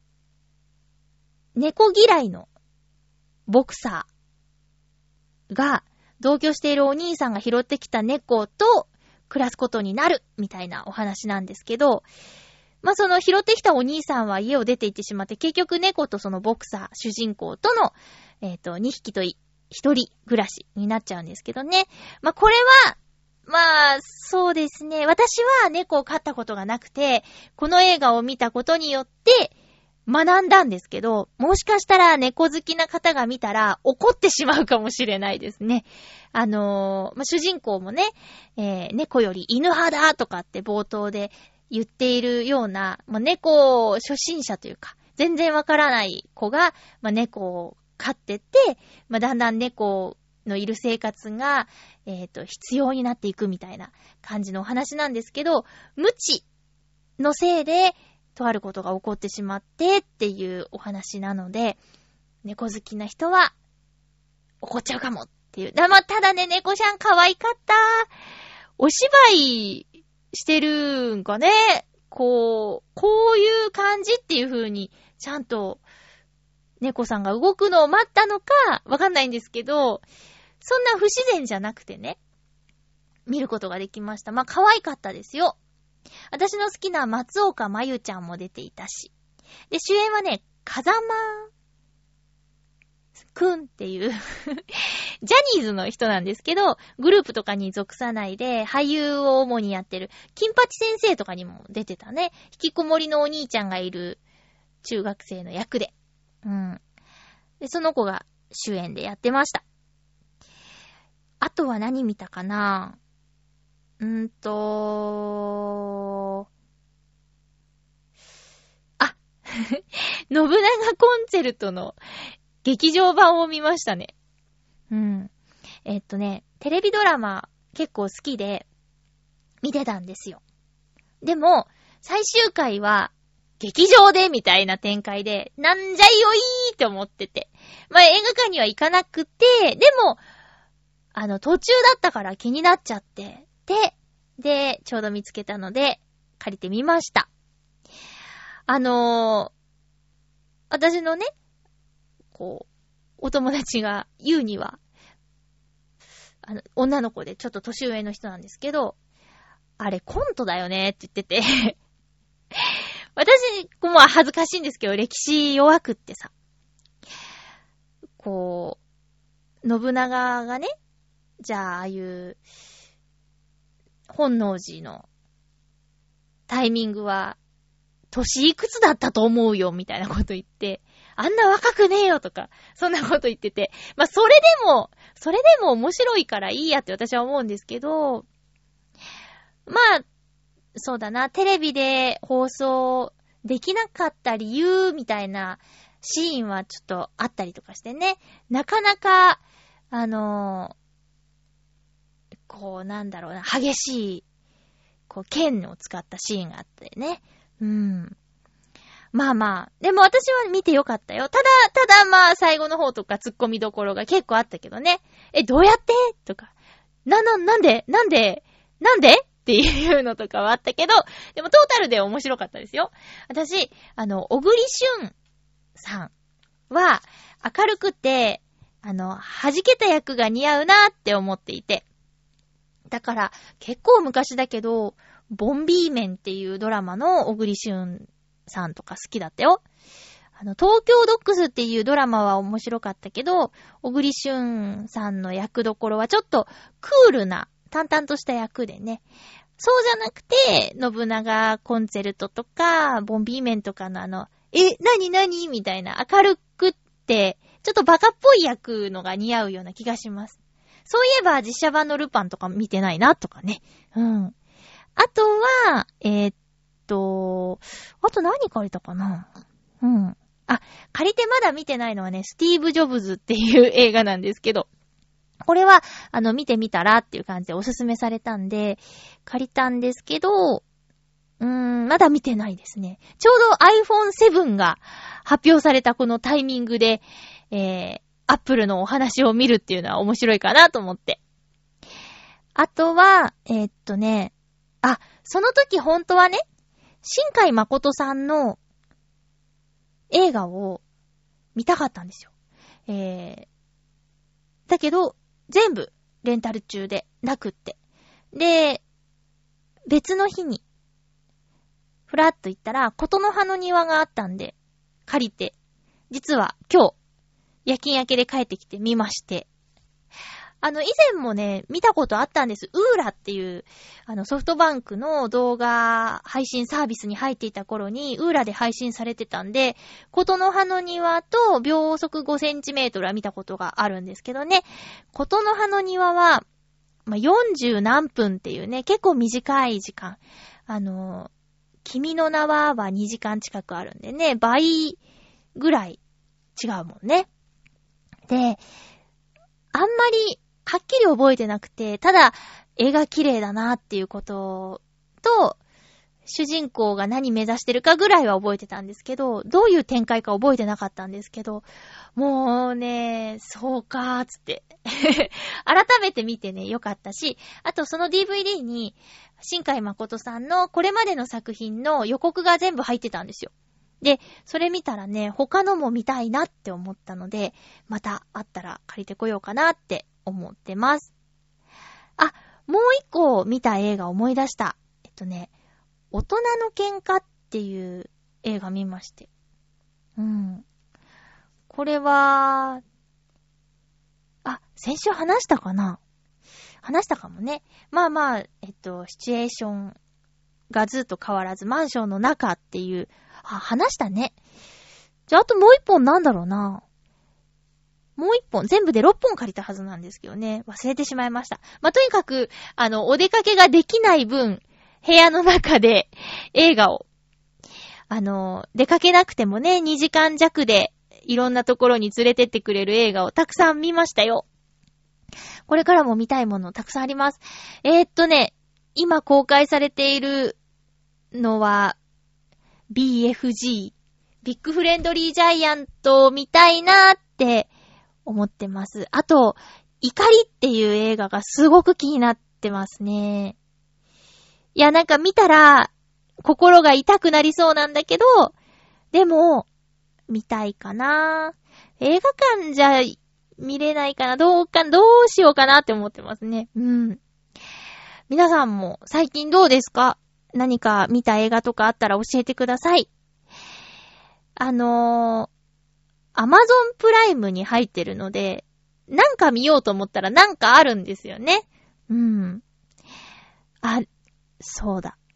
嫌いのボクサーが同居しているお兄さんが拾ってきた猫と暮らすことになるみたいなお話なんですけど、その拾ってきたお兄さんは家を出て行ってしまって、結局猫とそのボクサー、主人公との、2匹と1人暮らしになっちゃうんですけどね。これは、そうですね。私は猫を飼ったことがなくて、この映画を見たことによって学んだんですけど、もしかしたら猫好きな方が見たら怒ってしまうかもしれないですね。主人公もね、猫より犬派だとかって冒頭で言っているような、猫初心者というか、全然わからない子が、猫を飼ってて、だんだん猫のいる生活が、必要になっていくみたいな感じのお話なんですけど、無知のせいで、とあることが起こってしまってっていうお話なので、猫好きな人は怒っちゃうかもっていう。ただね、猫ちゃん可愛かった。お芝居してるんかね。こういう感じっていう風に、ちゃんと猫さんが動くのを待ったのか、わかんないんですけど、そんな不自然じゃなくてね、見ることができました。可愛かったですよ。私の好きな松岡真優ちゃんも出ていたし。で、主演はね、風間くんっていうジャニーズの人なんですけど、グループとかに属さないで俳優を主にやってる金八先生とかにも出てたね。引きこもりのお兄ちゃんがいる中学生の役で。で、その子が主演でやってました。あとは何見たかな？信長コンチェルトの劇場版を見ましたね。テレビドラマ結構好きで見てたんですよ。でも、最終回は劇場でみたいな展開で、なんじゃいよいーって思ってて。映画館には行かなくて、でも、途中だったから気になっちゃって、で、ちょうど見つけたので、借りてみました。私のね、お友達が言うには、女の子でちょっと年上の人なんですけど、あれコントだよねって言ってて、私も恥ずかしいんですけど、歴史弱くってさ、信長がね、じゃあ、ああいう、本能寺のタイミングは年いくつだったと思うよみたいなこと言って、あんな若くねえよとか、そんなこと言ってて、まあそれでも面白いからいいやって私は思うんですけど、まあ、そうだな、テレビで放送できなかった理由みたいなシーンはちょっとあったりとかしてね、なかなか、こうなんだろうな、激しい、こう剣を使ったシーンがあってね。まあまあ、でも私は見てよかったよ。ただまあ最後の方とか突っ込みどころが結構あったけどね。どうやってとか、なんでっていうのとかはあったけど、でもトータルで面白かったですよ。私、小栗旬さんは明るくて、弾けた役が似合うなって思っていて。だから、結構昔だけど、ボンビーメンっていうドラマの小栗旬さんとか好きだったよ。東京ドッグスっていうドラマは面白かったけど、小栗旬さんの役どころはちょっとクールな、淡々とした役でね。そうじゃなくて、信長コンチェルトとか、ボンビーメンとかの何みたいな明るくって、ちょっとバカっぽい役のが似合うような気がします。そういえば実写版のルパンとか見てないなとかね。あとは、あと何借りたかな？借りてまだ見てないのはね、スティーブ・ジョブズっていう映画なんですけど、これは、見てみたらっていう感じでおすすめされたんで、借りたんですけど、まだ見てないですね。ちょうど iPhone7 が発表されたこのタイミングで、Apple のお話を見るっていうのは面白いかなと思って。あとは、その時本当はね、新海誠さんの映画を見たかったんですよ。だけど、全部レンタル中でなくって。で、別の日に、ふらっと行ったら、琴の葉の庭があったんで、借りて、実は今日、夜勤明けで帰ってきて見まして、以前もね、見たことあったんです。ウーラっていう、ソフトバンクの動画配信サービスに入っていた頃に、ウーラで配信されてたんで、琴の葉の庭と秒速5センチメートルは見たことがあるんですけどね、琴の葉の庭は、40何分っていうね、結構短い時間。君の名は2時間近くあるんでね、倍ぐらい違うもんね。で、あんまりはっきり覚えてなくて、ただ絵が綺麗だなっていうことと、主人公が何目指してるかぐらいは覚えてたんですけど、どういう展開か覚えてなかったんですけど、もうね、そうかーつって改めて見てね、よかったし、あとその DVD に新海誠さんのこれまでの作品の予告が全部入ってたんですよ。で、それ見たらね、他のも見たいなって思ったので、またあったら借りてこようかなって思ってます。もう一個見た映画思い出した。大人の喧嘩っていう映画見まして。これは、先週話したかな？話したかもね。まあまあ、シチュエーションがずっと変わらず、マンションの中っていう、話したね。じゃあ、あともう一本なんだろうな。もう一本、全部で6本借りたはずなんですけどね。忘れてしまいました。とにかく、お出かけができない分、部屋の中で映画を、出かけなくてもね、2時間弱でいろんなところに連れてってくれる映画をたくさん見ましたよ。これからも見たいものたくさんあります。今公開されているのは、BFG、ビッグフレンドリージャイアントを見たいなーって思ってます。あと、怒りっていう映画がすごく気になってますね。いや、なんか見たら、心が痛くなりそうなんだけど、でも、見たいかな。映画館じゃ見れないかな。どうしようかなって思ってますね。皆さんも最近どうですか？何か見た映画とかあったら教えてください。Amazon プライムに入ってるので、なんか見ようと思ったらなんかあるんですよね。そうだ。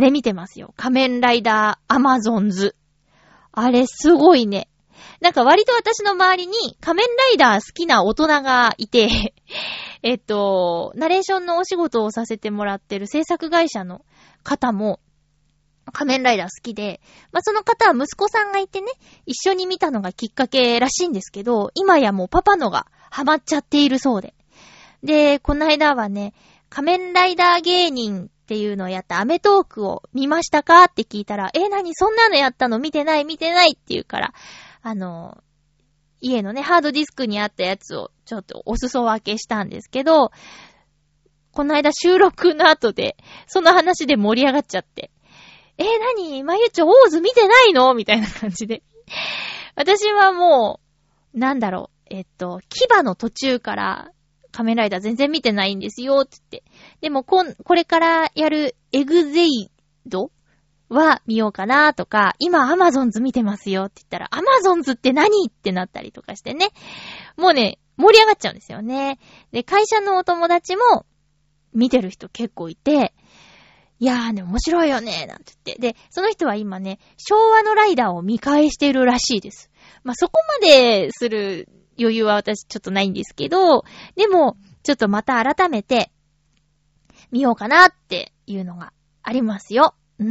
れ見てますよ。仮面ライダーアマゾンズ。あれすごいね。なんか割と私の周りに仮面ライダー好きな大人がいて、ナレーションのお仕事をさせてもらってる制作会社の方も仮面ライダー好きで、その方は息子さんがいてね、一緒に見たのがきっかけらしいんですけど、今やもうパパのがハマっちゃっているそうで。で、この間はね、仮面ライダー芸人っていうのをやったアメトークを見ましたかって聞いたら、何そんなのやったの見てないって言うから、家のね、ハードディスクにあったやつをちょっとお裾分けしたんですけど、この間収録の後で、その話で盛り上がっちゃって、何まゆちょ、オーズ見てないのみたいな感じで。私はもう、牙の途中から仮面ライダー全然見てないんですよ、って言って。でもこれからやるエグゼイドは見ようかなとか、今アマゾンズ見てますよって言ったら、アマゾンズって何ってなったりとかしてね。もうね、盛り上がっちゃうんですよね。で、会社のお友達も見てる人結構いて、いやーね、面白いよね、なんて言って。で、その人は今ね、昭和のライダーを見返しているらしいです。そこまでする余裕は私ちょっとないんですけど、でも、ちょっとまた改めて見ようかなっていうのがありますよ。うん。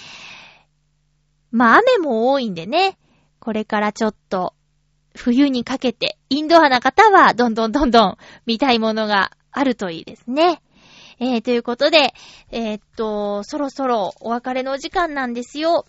雨も多いんでね、これからちょっと冬にかけてインドアな方はどんどん見たいものがあるといいですね。ということで、そろそろお別れのお時間なんですよ。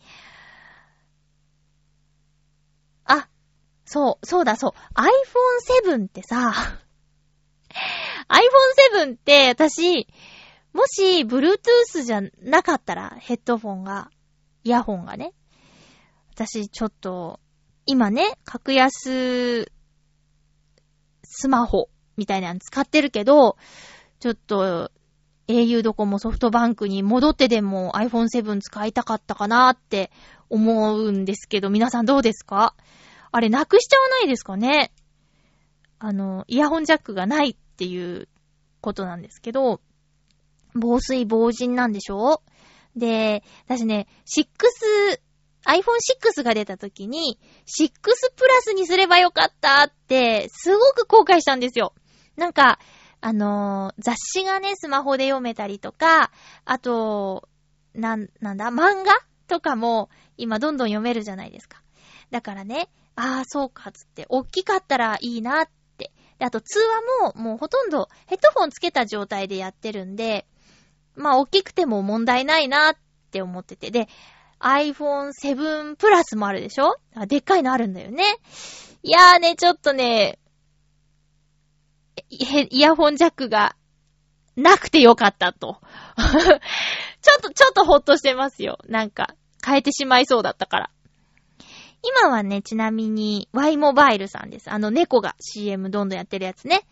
そうだ。iPhone 7ってさ、iPhone 7って私、もし Bluetooth じゃなかったらヘッドフォンが、イヤホンがね、私ちょっと、今ね、格安スマホみたいなの使ってるけど、ちょっと au ドコモソフトバンクに戻ってでも iPhone 7使いたかったかなって思うんですけど、皆さんどうですか？あれなくしちゃわないですかね？イヤホンジャックがないっていうことなんですけど、防水防塵なんでしょ？で、私ね、iPhone 6が出た時に、6プラスにすればよかったって、すごく後悔したんですよ。なんか、雑誌がね、スマホで読めたりとか、あと、漫画とかも今どんどん読めるじゃないですか。だからね、そうかつって、大きかったらいいなって。で、あと通話ももうほとんどヘッドフォンつけた状態でやってるんで、大きくても問題ないなって思ってて。で、iPhone 7プラスもあるでしょ？でっかいのあるんだよね。いやーね、ちょっとね、イヤホンジャックがなくてよかったと。ちょっとほっとしてますよ。なんか、変えてしまいそうだったから。今はね、ちなみに Y モバイルさんです。猫が CM どんどんやってるやつね。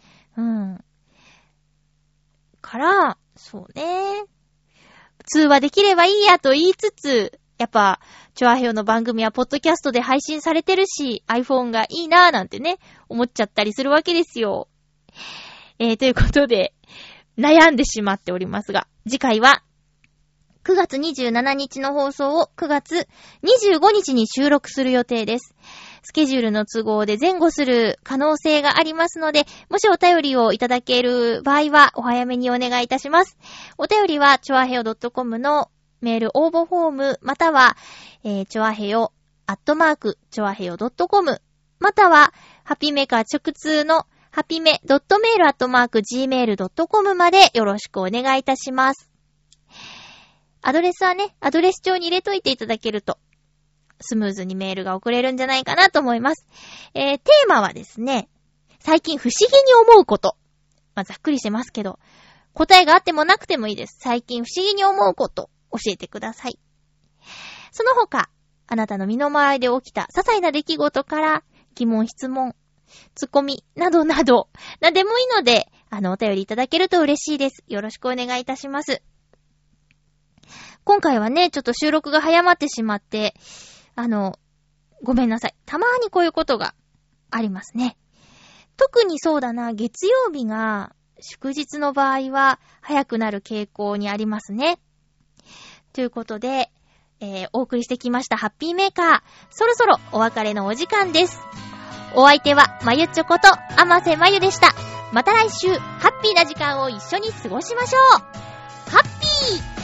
から、そうね。通話できればいいやと言いつつ、やっぱ、チョアヘヨの番組はポッドキャストで配信されてるし、iPhone がいいなーなんてね、思っちゃったりするわけですよ。ということで、悩んでしまっておりますが、次回は、9月27日の放送を9月25日に収録する予定です。スケジュールの都合で前後する可能性がありますので、もしお便りをいただける場合はお早めにお願いいたします。お便りは、ちょあへよ .com のメール応募フォーム、または、ちょあへよちょあへよ .com、または、ハッピーメーカー直通のハピメ.mail@gmail.com までよろしくお願いいたします。アドレスはね、アドレス帳に入れといていただけると、スムーズにメールが送れるんじゃないかなと思います。テーマはですね、最近不思議に思うこと。ざっくりしてますけど、答えがあってもなくてもいいです。最近不思議に思うこと、教えてください。その他、あなたの身の回りで起きた些細な出来事から、疑問、質問、ツッコミ、などなど、何でもいいので、お便りいただけると嬉しいです。よろしくお願いいたします。今回はね、ちょっと収録が早まってしまって、ごめんなさい。たまーにこういうことがありますね。特にそうだな、月曜日が祝日の場合は早くなる傾向にありますね。 ということで、お送りしてきましたハッピーメーカー。そろそろお別れのお時間です。お相手はまゆちょこと甘瀬まゆでした。また来週、ハッピーな時間を一緒に過ごしましょう。ハッピー